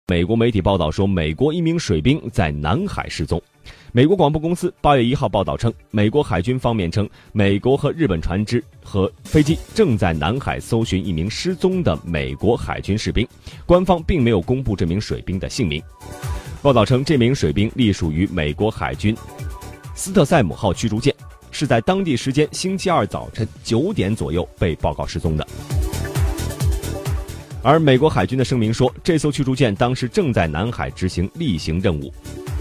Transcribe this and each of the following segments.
美国媒体报道说，美国一名水兵在南海失踪。美国广播公司8月1号报道称，美国海军方面称，美国和日本船只和飞机正在南海搜寻一名失踪的美国海军士兵，官方并没有公布这名水兵的姓名。报道称，这名水兵隶属于美国海军斯特塞姆号驱逐舰，是在当地时间星期二早晨9点左右被报告失踪的。而美国海军的声明说，这艘驱逐舰当时正在南海执行例行任务。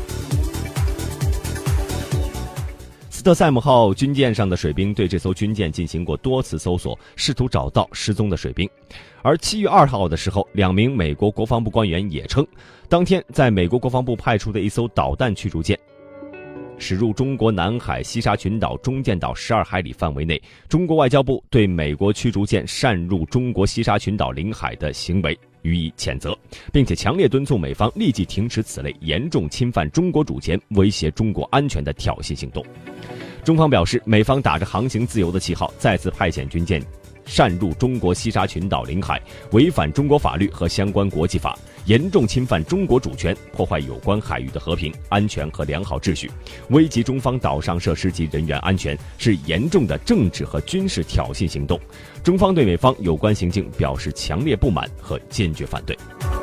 斯特塞姆号军舰上的水兵对这艘军舰进行过多次搜索，试图找到失踪的水兵。而7月2号的时候，2名美国国防部官员也称，当天在美国国防部派出的一艘导弹驱逐舰驶入中国南海西沙群岛中间岛12海里范围内，中国外交部对美国驱逐舰擅入中国西沙群岛领海的行为予以谴责，并且强烈敦促美方立即停止此类严重侵犯中国主权、威胁中国安全的挑衅行动。中方表示，美方打着航行自由的旗号，再次派遣军舰擅入中国西沙群岛领海，违反中国法律和相关国际法，严重侵犯中国主权，破坏有关海域的和平、安全和良好秩序，危及中方岛上设施及人员安全，是严重的政治和军事挑衅行动。中方对美方有关行径表示强烈不满和坚决反对。